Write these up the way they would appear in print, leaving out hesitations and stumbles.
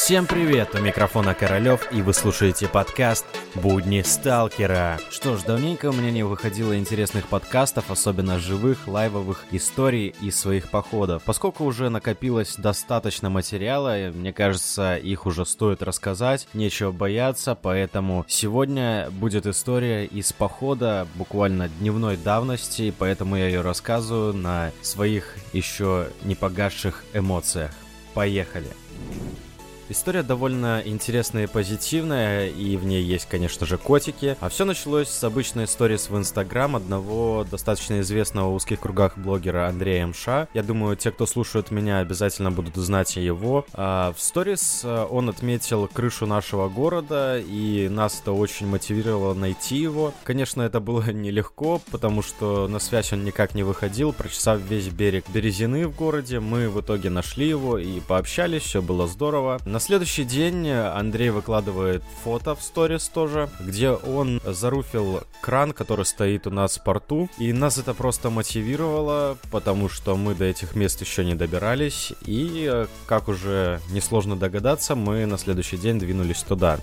Всем привет, у микрофона Королёв, и вы слушаете подкаст «Будни Сталкера». Что ж, давненько у меня не выходило интересных подкастов, особенно живых, лайвовых историй из своих походов. Поскольку уже накопилось достаточно материала, мне кажется, их уже стоит рассказать, нечего бояться, поэтому сегодня будет история из похода буквально дневной давности, поэтому я ее рассказываю на своих еще не погасших эмоциях. Поехали! История довольно интересная и позитивная, и в ней есть, конечно же, котики. А все началось с обычной сторис в Инстаграм одного достаточно известного в узких кругах блогера Андрея МШ. Я думаю, те, кто слушают меня, обязательно будут знать его. В сторис он отметил крышу нашего города, и нас это очень мотивировало найти его. Конечно, это было нелегко, потому что на связь он никак не выходил. Прочесав весь берег Березины в городе, мы в итоге нашли его и пообщались, все было здорово. На следующий день Андрей выкладывает фото в сторис тоже, где он заруфил кран, который стоит у нас в порту, и нас это просто мотивировало, потому что мы до этих мест еще не добирались, и, как уже несложно догадаться, мы на следующий день двинулись туда.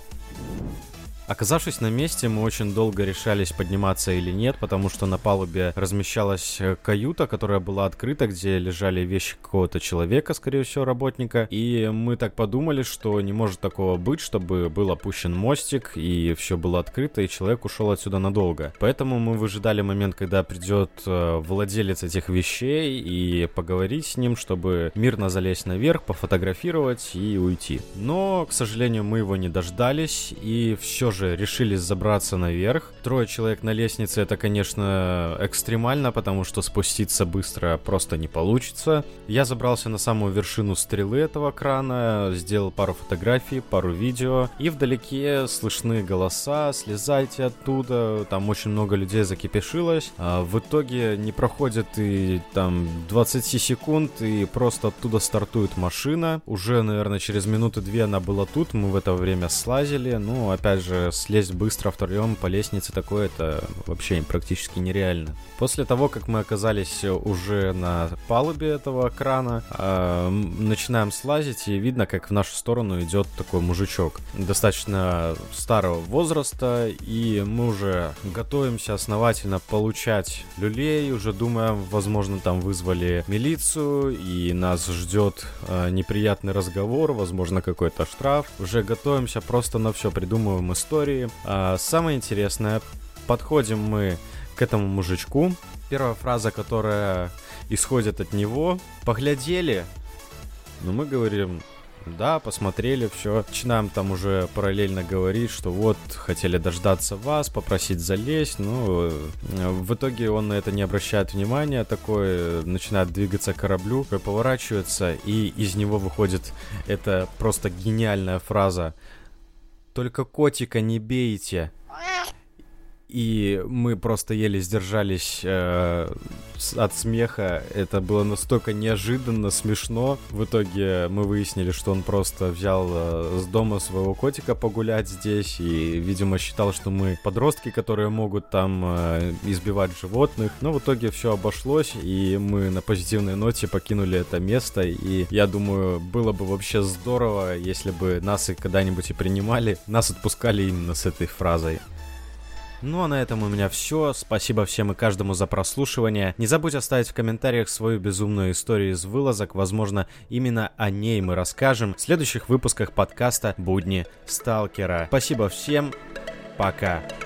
Оказавшись на месте, мы очень долго решались, подниматься или нет, потому что на палубе размещалась каюта, которая была открыта, где лежали вещи какого-то человека, скорее всего, работника. И мы так подумали, что не может такого быть, чтобы был опущен мостик, и все было открыто, и человек ушел отсюда надолго. Поэтому мы выжидали момент, когда придет владелец этих вещей, и поговорить с ним, чтобы мирно залезть наверх, пофотографировать и уйти. Но, к сожалению, мы его не дождались, и все же решили забраться наверх. 3 человек на лестнице — это, конечно, экстремально, потому что спуститься быстро просто не получится. Я забрался на самую вершину стрелы этого крана, сделал пару фотографий, пару видео, и вдалеке слышны голоса: слезайте оттуда, там очень много людей закипешилось. В итоге не проходит и там 20 секунд, и просто оттуда стартует машина. Уже, наверное, через минуты 2 она была тут, мы в это время слазили. Ну, опять же, слезть быстро втроем по лестнице такое — это вообще практически нереально. После того, как мы оказались уже на палубе этого крана, начинаем слазить, и видно, как в нашу сторону идет такой мужичок достаточно старого возраста, и мы уже готовимся основательно получать люлей, уже думаем, возможно, там вызвали милицию, и нас ждет неприятный разговор, возможно, какой-то штраф. Уже готовимся просто на все, придумываем истории. Самое интересное, подходим мы к этому мужичку. Первая фраза, которая исходит от него: поглядели. Но мы говорим: да, посмотрели, все. Начинаем там уже параллельно говорить, что вот, хотели дождаться вас, попросить залезть. Ну, в итоге он на это не обращает внимания, такой начинает двигаться к кораблю, поворачивается, и из него выходит эта просто гениальная фраза: «Только котика не бейте». И мы просто еле сдержались от смеха. Это было настолько неожиданно, смешно. В итоге мы выяснили, что он просто взял с дома своего котика погулять здесь и, видимо, считал, что мы подростки, которые могут там избивать животных. Но в итоге все обошлось, и мы на позитивной ноте покинули это место. И я думаю, было бы вообще здорово, если бы нас и когда-нибудь и принимали, нас отпускали именно с этой фразой. Ну а на этом у меня все. Спасибо всем и каждому за прослушивание. Не забудь оставить в комментариях свою безумную историю из вылазок. Возможно, именно о ней мы расскажем в следующих выпусках подкаста «Будни Сталкера». Спасибо всем. Пока.